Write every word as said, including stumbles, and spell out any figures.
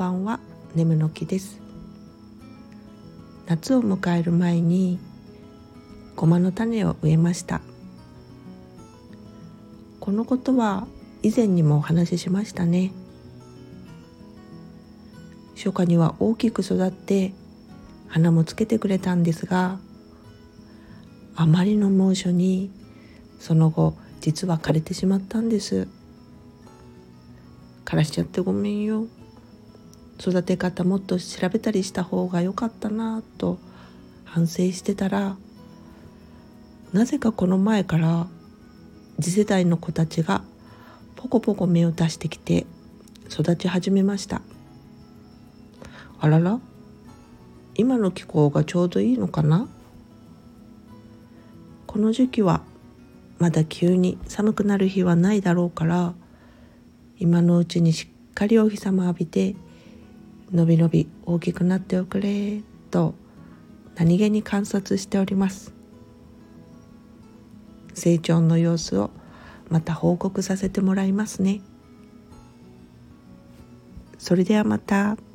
ばんは、ねむの木です。夏を迎える前にごまの種を植えました。このことは以前にもお話ししましたね。初夏には大きく育って花もつけてくれたんですが、あまりの猛暑にその後実は枯れてしまったんです。枯らしちゃってごめんよ。育て方もっと調べたりした方が良かったなと反省してたら、なぜかこの前から次世代の子たちがポコポコ芽を出してきて育ち始めました。あらら、今の気候がちょうどいいのかな。この時期はまだ急に寒くなる日はないだろうから、今のうちにしっかりお日様浴びてのびのび大きくなっておくれと何気に観察しております。成長の様子をまた報告させてもらいますね。それではまた。